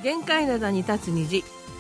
限界灘に立つ虹。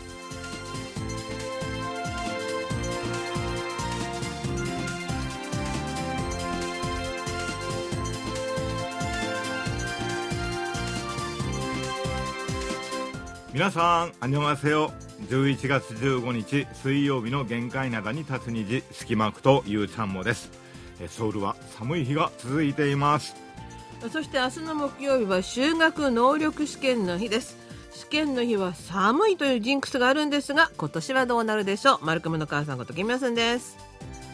皆さん、あにょがせよ。11月15日水曜日の限界灘に立つ虹、隙間区とゆうちゃんもです。ソウルは寒い日が続いています。 そして明日の木曜日は修学能力試験の日です。試験の日は寒いというジンクスがあるんですが、今年はどうなるでしょう。マルコムの母さんことキミヤスンです。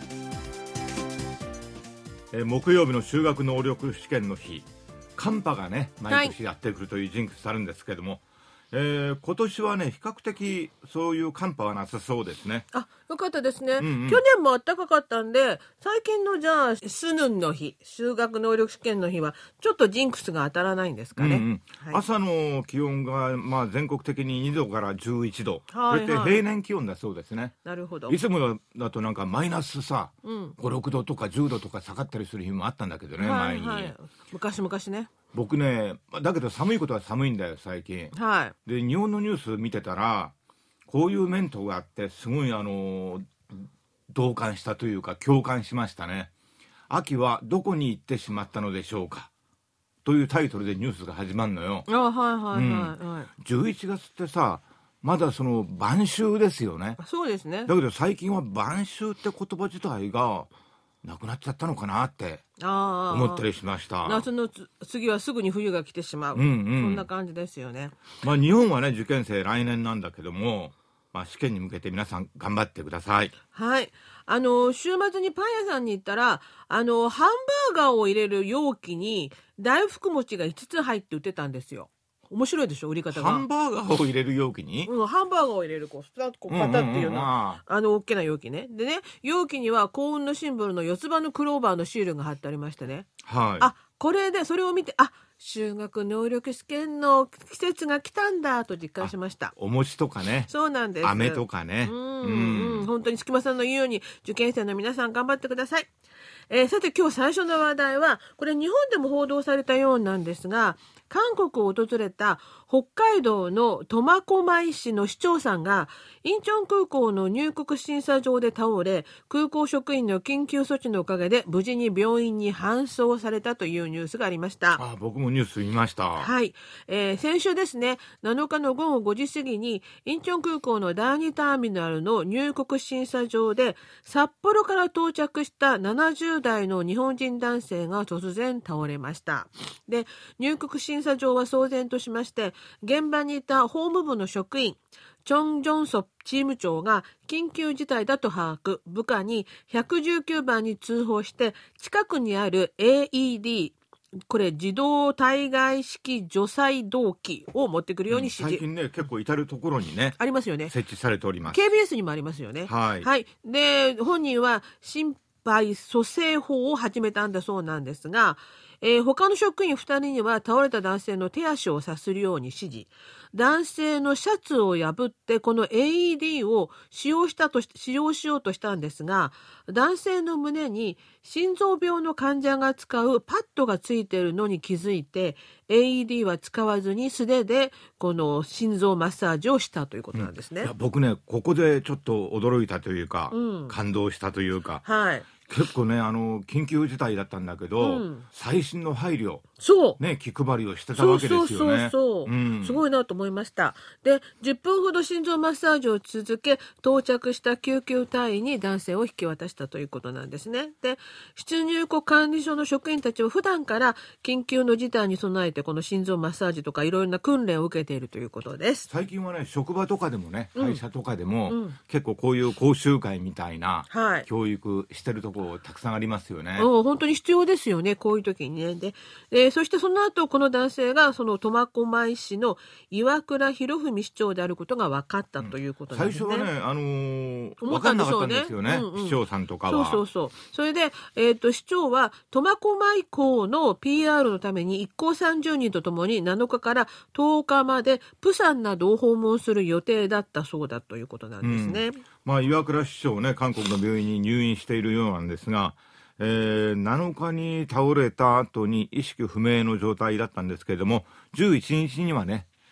木曜日の修学能力試験の日、寒波がね毎年やってくるというジンクスあるんですけども、今年はね比較的そういう寒波はなさそうですね。 あ、よかったですね、去年も暖かかったんで、最近のじゃあスヌンの日、修学能力試験の日はちょっとジンクスが当たらないんですかね。 朝の気温が、全国的に2度から11度、これって平年気温だそうですね。 なるほど。 いつもだとなんかマイナスさ、5、6度とか10度とか下がったりする日もあったんだけどね、前に。 昔ね。 僕ね、だけど寒いことは寒いんだよ最近。で日本のニュース見てたら、こういうメントがあってすごい同感したというか共感しましたね。秋はどこに行ってしまったのでしょうかというタイトルでニュースが始まるのよ。11月ってさ、まだその晩秋ですよね。 そうですね。 だけど最近は晩秋って言葉自体がなくなっちゃったのかなって思ったりしました。 夏の次はすぐに冬が来てしまう、そんな感じですよね。 日本はね受験生来年なんだけども、試験に向けて皆さん頑張ってください。 はい。週末にパン屋さんに行ったら、ハンバーガーを入れる容器に大福餅が5つ入って売ってたんですよ。面白いでしょ、売り方が。 ハンバーガーを入れる容器に、 ハンバーガーを入れるパタっていうような、大きな容器ね。でね、容器には幸運のシンボルの四つ葉のクローバーのシールが貼ってありましてね。これでそれを見て、修学能力試験の季節が来たんだと実感しました。 お餅とかね。 そうなんです。 飴とかね。 本当に隙間さんの言うように受験生の皆さん頑張ってください。さて今日最初の話題は、これ日本でも報道されたようなんですが、韓国を訪れた北海道の苫小牧市の市長さんがインチョン空港の入国審査場で倒れ、空港職員の緊急措置のおかげで無事に病院に搬送されたというニュースがありました。 僕もニュース見ました。 先週ですね、7日の午後5時過ぎにインチョン空港の第2ターミナルの入国審査場で札幌から到着した70代の日本人男性が突然倒れました。で、入国審査場は騒然としまして、現場にいた法務部の職員チョン・ジョンソプチーム長が緊急事態だと把握、部下に119番に通報して近くにある AED、これ自動体外式除細動器を持ってくるように指示。 最近ね結構至るところにねありますよね。 設置されております。 KBS にもありますよね。で、本人は心肺蘇生法を始めたんだそうなんですが、他の職員2人には倒れた男性の手足をさするように指示。男性のシャツを破ってこの AED を使用しようとしたんですが、男性の胸に心臓病の患者が使うパッドがついているのに気づいて AED は使わずに素手でこの心臓マッサージをしたということなんですね。 僕ねここでちょっと驚いたというか、感動したというか、結構ね緊急事態だったんだけど、細心の配慮気配りをしてたわけですよね。 すごいなと思いました。で、10分ほど心臓マッサージを続け、到着した救急隊員に男性を引き渡したということなんですね。で、出入国管理所の職員たちは普段から緊急の事態に備えてこの心臓マッサージとかいろいろな訓練を受けているということです。 最近はね職場とかでもね、会社とかでも、結構こういう講習会みたいな、教育してるところたくさんありますよね。 本当に必要ですよね、こういう時にね。で、そしてその後この男性がその苫小牧市の岩倉博文市長であることが分かったということなんですね。 最初はね分かんなかったんですよね、市長さんとかは。 それで、市長は苫小牧港の PR のために一行30人とともに7日から10日までプサンなどを訪問する予定だったそうだということなんですね。 岩倉市長ね、韓国の病院に入院しているようなんですが、7日に倒れた後に意識不明の状態だったんですけれども、11日にはね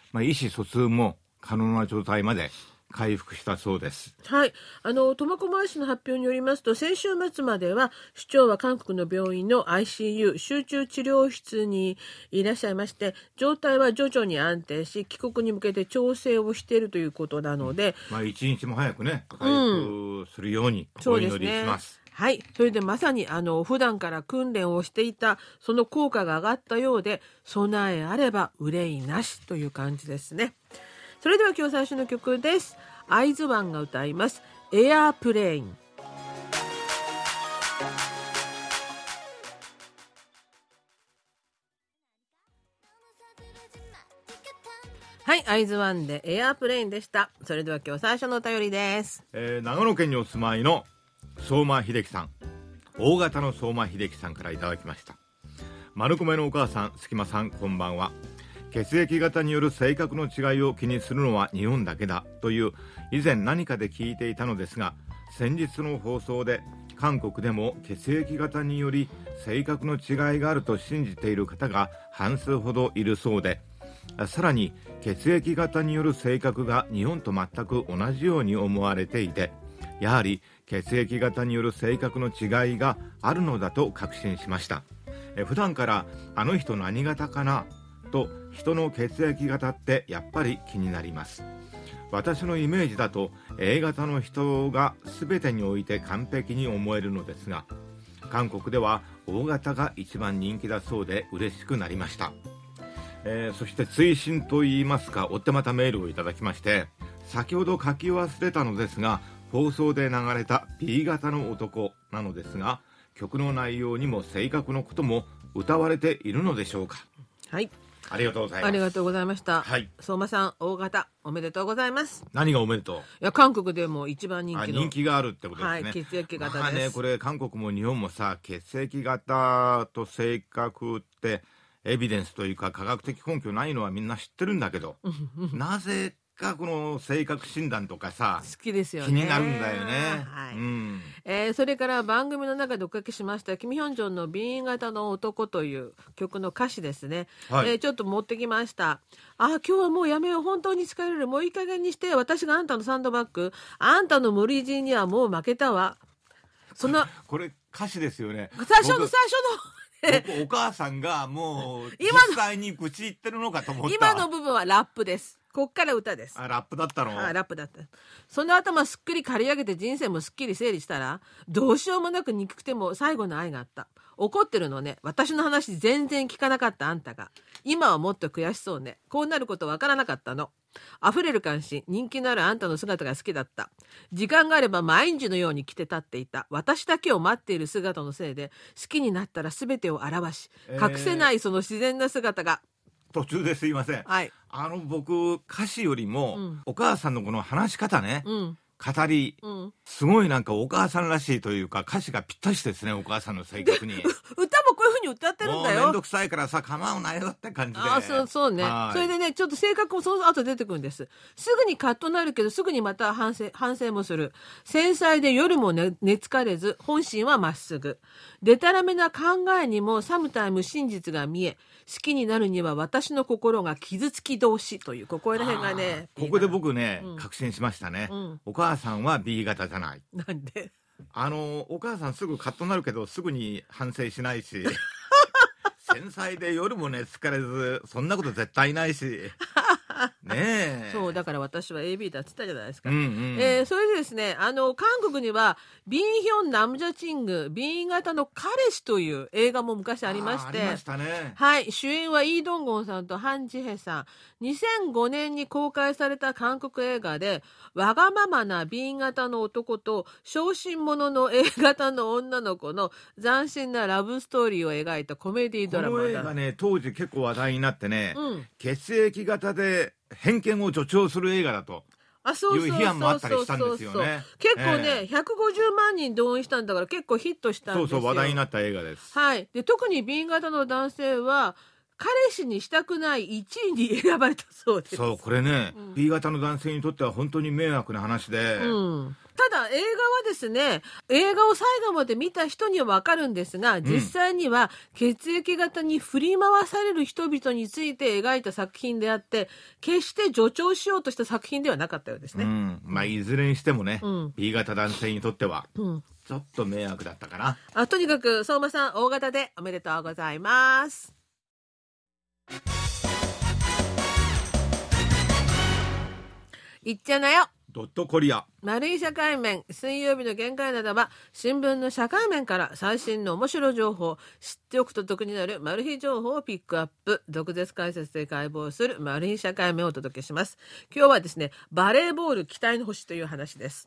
意思疎通も可能な状態まで回復したそうです。 はい。苫小牧市の発表によりますと、先週末までは市長は韓国の病院の ICU 集中治療室にいらっしゃいまして、状態は徐々に安定し、帰国に向けて調整をしているということなので、 一日も早くね回復するようにお祈りします。 はい。それでまさに普段から訓練をしていたその効果が上がったようで、備えあれば憂いなしという感じですね。それでは今日最初の曲です。会津湾が歌いますエアープレイン。はい、会津湾でエアープレインでした。それでは今日最初のお便りです。 長野県にお住まいの相馬秀樹さん、大型の相馬秀樹さんからいただきました。丸米のお母さん、すきまさん、こんばんは。血液型による性格の違いを気にするのは日本だけだという以前何かで聞いていたのですが、先日の放送で韓国でも血液型により性格の違いがあると信じている方が半数ほどいるそうで、さらに血液型による性格が日本と全く同じように思われていて、やはり血液型による性格の違いがあるのだと確信しました。普段からあの人何型かなと人の血液型ってやっぱり気になります。私のイメージだと A 型の人が全てにおいて完璧に思えるのですが、韓国では O 型が一番人気だそうで嬉しくなりました。そして追伸といいますか、追ってまたメールをいただきまして、先ほど書き忘れたのですが、放送で流れた B 型の男なのですが、曲の内容にも性格のことも歌われているのでしょうか。 はい、 ありがとうございます。 ありがとうございました。 はい、 相馬さん、大型おめでとうございます。 何がおめでとう。 いや、韓国でも一番人気の人気があるってことですね。 はい、血液型です。 これ韓国も日本もさ、血液型と性格ってエビデンスというか科学的根拠ないのはみんな知ってるんだけどなぜかこの性格診断とかさ好きですよね。 気になるんだよね。 はい、それから番組の中でおかけしましたキム・ヒョンジョンの B 型の男という曲の歌詞ですね、はい、ちょっと持ってきました。今日はもうやめよう、本当に疲れる、もういい加減にして、私があんたのサンドバッグ、あんたの無理強いにはもう負けたわ。そんなこれ歌詞ですよね。 最初のお母さんがもう実際に愚痴言ってるのかと思った。 今の部分はラップです。こっから歌です。 ラップだったの。 ラップだった。その頭すっくり刈り上げて人生もすっきり整理したら、どうしようもなく憎くても最後の愛があった。怒ってるのね。私の話全然聞かなかったあんたが。今はもっと悔しそうね。こうなることわからなかったの。溢れる関心、人気のあるあんたの姿が好きだった。時間があれば毎日のように来て立っていた。私だけを待っている姿のせいで、好きになったら全てを表し、隠せないその自然な姿が。 途中ですいません。 はい、 僕歌詞よりも、お母さんのこの話し方ね、語り、すごいなんかお母さんらしいというか、歌詞がぴったりしてですね、お母さんの性格に。 歌もこういう風に歌ってるんだよ。 もうめんどくさいからさ、構うなよって感じで。 そうね。それでね、ちょっと性格もその後出てくるんです。すぐにカッとなるけど、すぐにまた反省もする。繊細で夜も寝疲れず、本心はまっすぐ。でたらめな考えにもサムタイム真実が見え、好きになるには私の心が傷つき同士という、ここら辺がね。 ここで僕ね、確信しましたね。お母さんは B 型じゃない。 なんで？ お母さんすぐカッとなるけどすぐに反省しないし繊細で夜もね疲れず、そんなこと絶対ないしねえ。 そうだから私は AB だって言ったじゃないですか。それでですね、韓国にはビンヒョンナムジャチング B 型の彼氏という映画も昔ありまして、 ありましたね。 はい、主演はイ・ドンゴンさんとハン・ジヘさん。2005年に公開された韓国映画で、わがままな B 型の男と小心者の A 型の女の子の斬新なラブストーリーを描いたコメディドラマだ。 この映画ね、当時結構話題になってね、血液型で偏見を助長する映画だという批判もあったりしたんですよね。 結構ね、150万人動員したんだから結構ヒットしたんですよ。 話題になった映画です。 はい。で、特に B 型の男性は彼氏にしたくない1位に選ばれたそうです。 そう、これね、B 型の男性にとっては本当に迷惑な話で、 ただ映画はですね、映画を最後まで見た人にはわかるんですが、実際には血液型に振り回される人々について描いた作品であって、決して助長しようとした作品ではなかったようですね。 いずれにしてもね、B 型男性にとってはちょっと迷惑だったかな。 とにかく相馬さん、大型でおめでとうございます。いっちゃなよ。 ドットコリア。 丸い社会面、水曜日の限界などは新聞の社会面から最新の面白情報、知っておくと得になるマル秘情報をピックアップ、毒舌解説で解剖するマル秘社会面をお届けします。今日はですね、バレーボール期待の星という話です。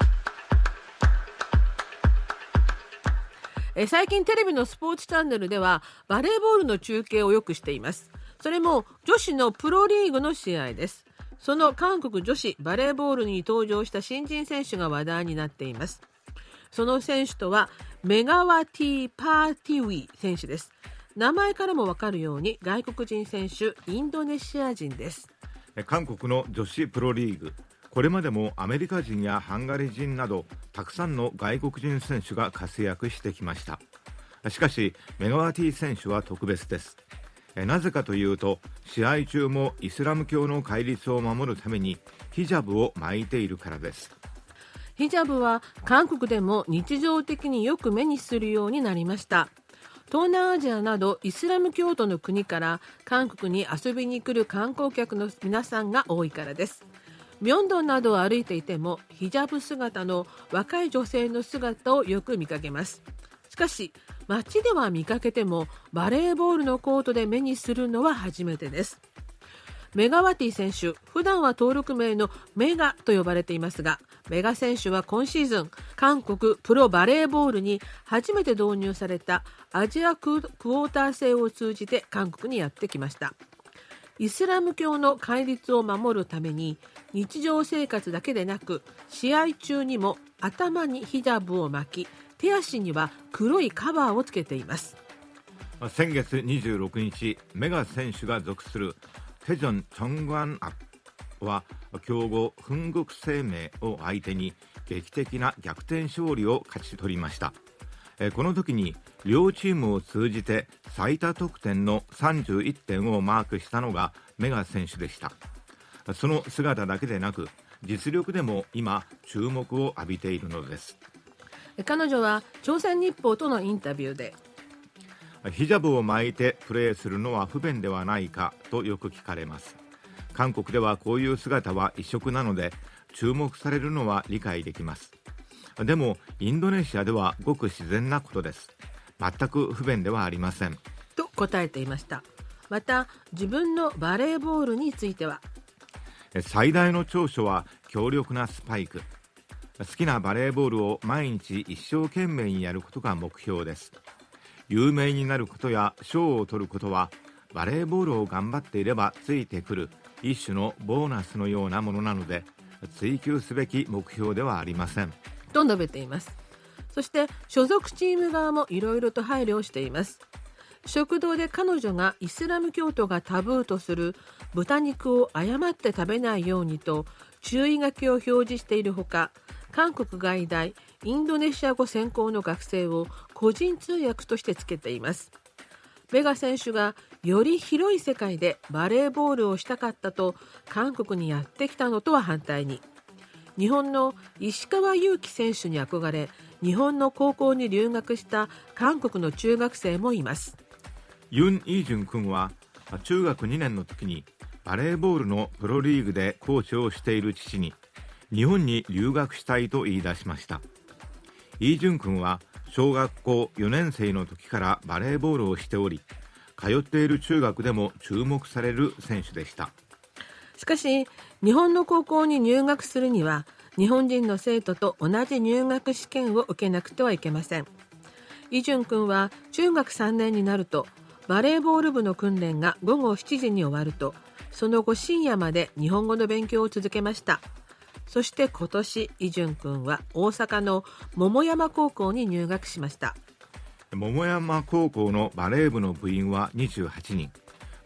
最近テレビのスポーツチャンネルではバレーボールの中継をよくしています。それも女子のプロリーグの試合です。その韓国女子バレーボールに登場した新人選手が話題になっています。その選手とはメガワティ・パーティウィ選手です。名前からもわかるように外国人選手、インドネシア人です。 韓国の女子プロリーグ、これまでもアメリカ人やハンガリー人などたくさんの外国人選手が活躍してきました。しかしメガワティ選手は特別です。なぜかというと、試合中もイスラム教の戒律を守るためにヒジャブを巻いているからです。 ヒジャブは韓国でも日常的によく目にするようになりました。東南アジアなどイスラム教徒の国から韓国に遊びに来る観光客の皆さんが多いからです。ミョンドンなどを歩いていてもヒジャブ姿の若い女性の姿をよく見かけます。しかし街では見かけてもバレーボールのコートで目にするのは初めてです。メガワティ選手、普段は登録名のメガと呼ばれていますが、メガ選手は今シーズン韓国プロバレーボールに初めて導入されたアジアクォーター制を通じて韓国にやってきました。イスラム教の戒律を守るために日常生活だけでなく試合中にも頭にヒジャブを巻き、手足には黒いカバーをつけています。 先月26日、メガ選手が属するテジョン・チョングアンアは強豪奮国生命を相手に劇的な逆転勝利を勝ち取りました。この時に両チームを通じて最多得点の31点をマークしたのがメガ選手でした。その姿だけでなく実力でも今注目を浴びているのです。 彼女は朝鮮日報とのインタビューで、 ヒジャブを巻いてプレーするのは不便ではないかとよく聞かれます。韓国ではこういう姿は異色なので注目されるのは理解できます。でもインドネシアではごく自然なことです。全く不便ではありませんと答えていました。また自分のバレーボールについては、 最大の長所は強力なスパイク。好きなバレーボールを毎日一生懸命にやることが目標です。有名になることや賞を取ることはバレーボールを頑張っていればついてくる一種のボーナスのようなものなので追求すべき目標ではありませんと述べています。そして所属チーム側もいろいろと配慮をしています。食堂で彼女がイスラム教徒がタブーとする豚肉を誤って食べないようにと注意書きを表示しているほか、韓国外大インドネシア語専攻の学生を個人通訳としてつけています。メガ選手がより広い世界でバレーボールをしたかったと韓国にやってきたのとは反対に、日本の石川祐希選手に憧れ日本の高校に留学した韓国の中学生もいます。 ユン・イージュン君は中学2年の時にバレーボールのプロリーグでコーチをしている父に日本に留学したいと言い出しました。イ・ジュン君は小学校4年生の時からバレーボールをしており、通っている中学でも注目される選手でした。 しかし日本の高校に入学するには日本人の生徒と同じ入学試験を受けなくてはいけません。イ・ジュン君は中学3年になるとバレーボール部の訓練が午後7時に終わると、その後深夜まで日本語の勉強を続けました。そして今年イ・ジュン君は大阪の桃山高校に入学しました。 桃山高校のバレー部の部員は28人。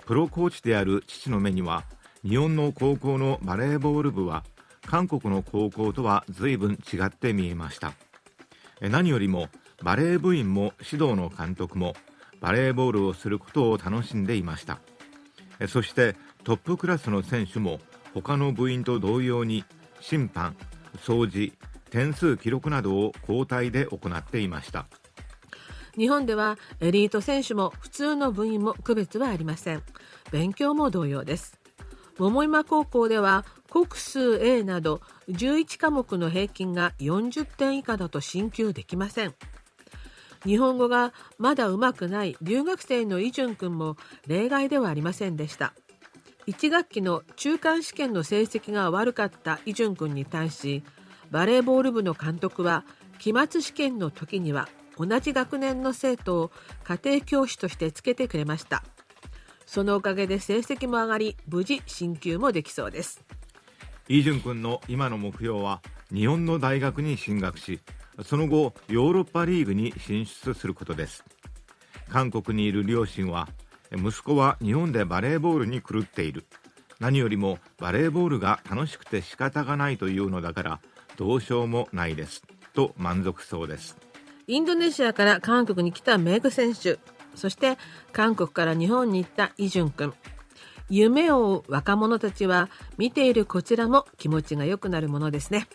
プロコーチである父の目には、日本の高校のバレーボール部は韓国の高校とは随分違って見えました。何よりもバレー部員も指導の監督もバレーボールをすることを楽しんでいました。そしてトップクラスの選手も他の部員と同様に審判、掃除、点数記録などを交代で行っていました。 日本ではエリート選手も普通の部員も区別はありません。勉強も同様です。桃山高校では国数 A など11科目の平均が40点以下だと進級できません。日本語がまだ上手くない留学生のイジュン君も例外ではありませんでした。1学期の中間試験の成績が悪かったイジュン君に対し、バレーボール部の監督は期末試験の時には同じ学年の生徒を家庭教師としてつけてくれました。そのおかげで成績も上がり、無事進級もできそうです。 イジュン君の今の目標は日本の大学に進学し、その後ヨーロッパリーグに進出することです。韓国にいる両親は、息子は日本でバレーボールに狂っている、何よりもバレーボールが楽しくて仕方がないというのだからどうしようもないですと満足そうです。 インドネシアから韓国に来たメグ選手、そして韓国から日本に行ったイジュン君、夢を追う若者たちは見ているこちらも気持ちが良くなるものですね。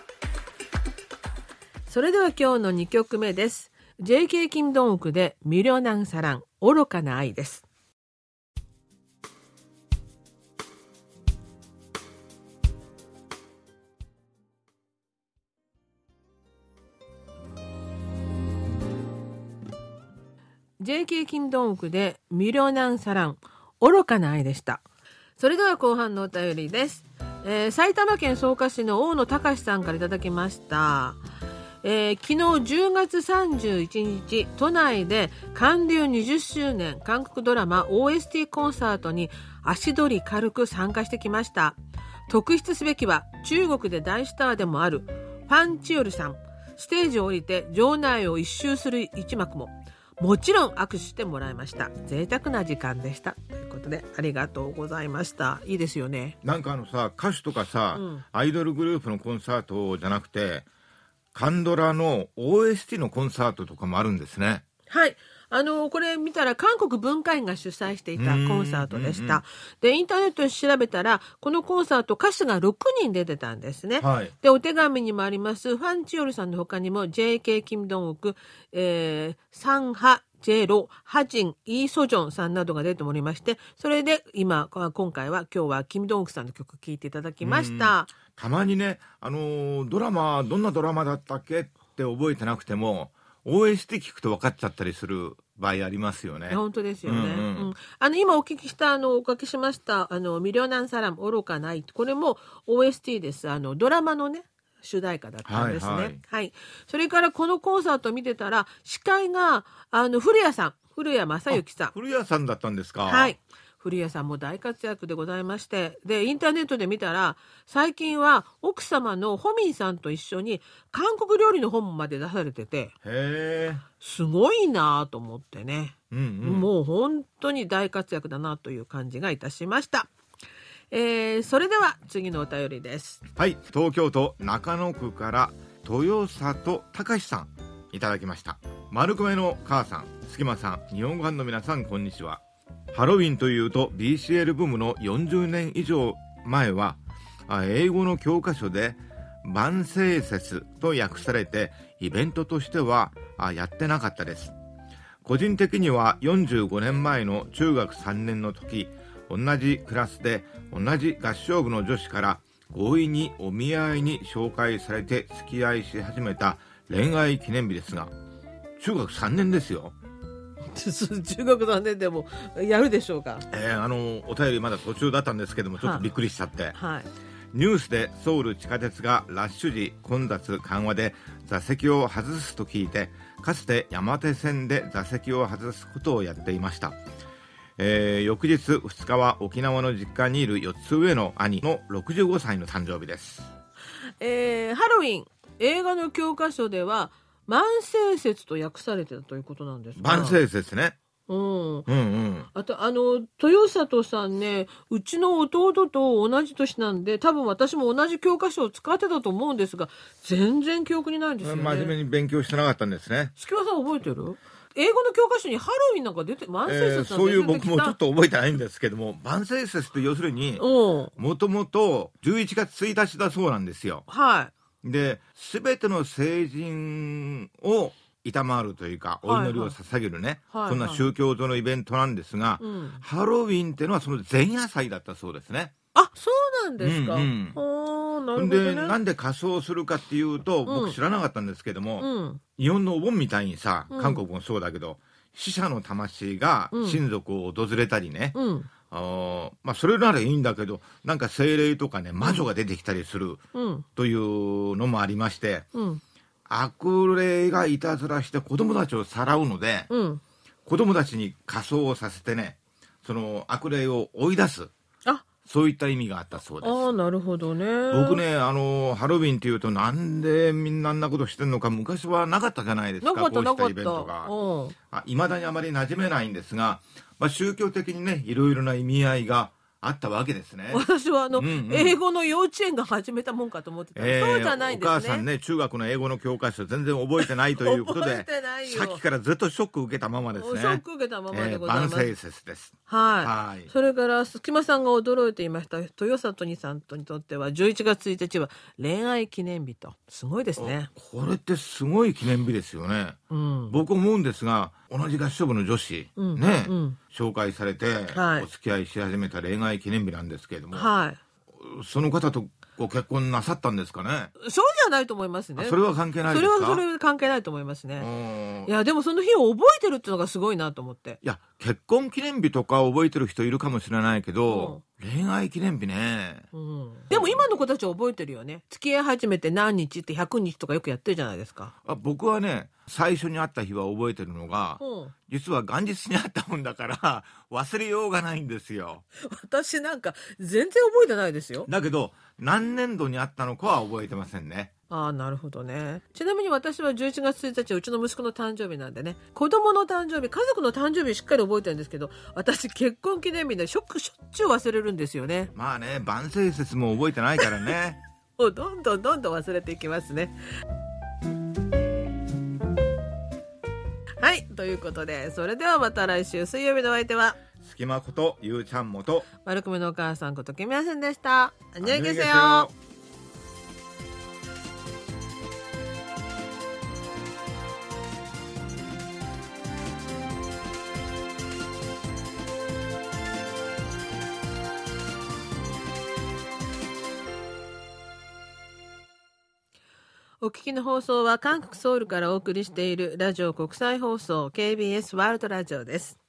それでは今日の2曲目です。 JK キムドンウクでミリョナンサラン、愚かな愛です。JK キムドンウクでミリョナンサラン、愚かな愛でした。それでは後半のお便りです。埼玉県草加市の大野隆さんからいただきました。昨日10月31日都内で韓流20周年韓国ドラマ OST コンサートに足取り軽く参加してきました。特筆すべきは中国で大スターでもあるパンチヨルさん。ステージを降りて場内を一周する一幕ももちろん握手してもらいました。贅沢な時間でしたということで、ありがとうございました。いいですよね。 なんか歌手とかさ、アイドルグループのコンサートじゃなくてカンドラの OST のコンサートとかもあるんですね。 はい、これ見たら韓国文化院が主催していたコンサートでした。でインターネットで調べたらこのコンサート歌手が6人出てたんですね。はい、でお手紙にもありますファンチヨルさんの他にも JK キムドンウク、サンハジェロ、ハジン、イーソジョンさんなどが出ておりまして、それで今回は今日はキムドンウクさんの曲聴いていただきました。 たまにね、ドラマどんなドラマだったっけって覚えてなくても OST 聞くと分かっちゃったりする場合ありますよね。 本当ですよね。今お聞きしたおかけしましたミリョナンサラン愚かない、これも OST です。ドラマのね主題歌だったんですね。はい。それからこのコンサート見てたら司会が古谷さん、古谷正幸さん。 古谷さんだったんですか。 はい。古谷さんも大活躍でございまして、でインターネットで見たら最近は奥様のホミンさんと一緒に韓国料理の本まで出されてて、すごいなと思ってね、もう本当に大活躍だなという感じがいたしました。それでは次のお便りです。 はい、東京都中野区から豊里隆さんいただきました。丸米の母さん、杉間さん、日本語ファンの皆さん、こんにちは。ハロウィンというと BCL ブームの40年以上前は英語の教科書で万聖節と訳されてイベントとしてはやってなかったです。個人的には45年前の中学3年の時、同じクラスで同じ合唱部の女子から強引にお見合いに紹介されて付き合いし始めた恋愛記念日ですが、中学3年ですよ。 中学3年でもやるでしょうか。 お便りまだ途中だったんですけども、ちょっとびっくりしちゃって、ニュースでソウル地下鉄がラッシュ時混雑緩和で座席を外すと聞いて、かつて山手線で座席を外すことをやっていました。翌日2日は沖縄の実家にいる4つ上の兄の65歳の誕生日です。 ハロウィン映画の教科書では万聖節と訳されてたということなんですが、 万聖節ね。 うんうん、あと豊里さんね、うちの弟と同じ年なんで、多分私も同じ教科書を使ってたと思うんですが、全然記憶にないんですよね。 真面目に勉強してなかったんですね。 隙間さん覚えてる？英語の教科書にハロウィンなんか出て、万世節そういう僕もちょっと覚えてないんですけども、万世節って要するにもともと11月1日だそうなんですよ。 はい。 で、全ての成人を賜るというか、お祈りを捧げるね、そんな宗教上のイベントなんですが、ハロウィンっていうのはその前夜祭だったそうですね。 あ、そうなんですか。なるほどね。 で、なんで仮装するかっていうと、僕知らなかったんですけども、日本のお盆みたいにさ、韓国もそうだけど、死者の魂が親族を訪れたりね、それならいいんだけど、なんか精霊とかね、魔女が出てきたりするというのもありまして、悪霊がいたずらして子供たちをさらうので、子供たちに仮装をさせてね、その悪霊を追い出す、そういった意味があったそうです。 ああ、なるほどね。 僕ね、ハロウィンっていうと、なんでみんなあんなことしてんのか、昔はなかったじゃないですか、こうしたイベントが。いまだにあまり馴染めないんですが、宗教的にね、いろいろな意味合いがあったわけですね。 私は英語の幼稚園が始めたもんかと思ってた、そうじゃないんですね。 お母さんね、中学の英語の教科書全然覚えてないということでさっきからずっとショック受けたままですね。 ショック受けたままでございます。 万世節です。 はい。それから隙間さんが驚いていました豊里さんにとっては11月1日は恋愛記念日と、すごいですね。 これってすごい記念日ですよね。僕思うんですが、同じ合唱部の女子、紹介されてお付き合いし始めた恋愛記念日なんですけれども、その方とご結婚なさったんですかね。 そうじゃないと思いますね。 それは関係ないですか。 それは関係ないと思いますね。いやでもその日を覚えてるっていうのがすごいなと思って。 いや、結婚記念日とか覚えてる人いるかもしれないけど、恋愛記念日ね、 でも今の子たちは覚えてるよね。付き合い始めて何日って100日とかよくやってるじゃないですか。 僕はね、最初に会った日は覚えてるのが、実は元日に会ったもんだから忘れようがないんですよ。 私なんか全然覚えてないですよ。 だけど何年度に会ったのかは覚えてませんね。 ああ、なるほどね。ちなみに私は11月1日はうちの息子の誕生日なんでね、子供の誕生日、家族の誕生日しっかり覚えてるんですけど、私結婚記念日でしょっちゅう忘れるんですよね。 まあね、万世節も覚えてないからねもうどんどん忘れていきますね。はい、ということで、それではまた来週水曜日のお相手は隙間ことゆうちゃんもと丸組のお母さんことキミヤセンでした。안녕히 계세요。お聞きの放送は韓国ソウルからお送りしているラジオ国際放送 KBS ワールドラジオです。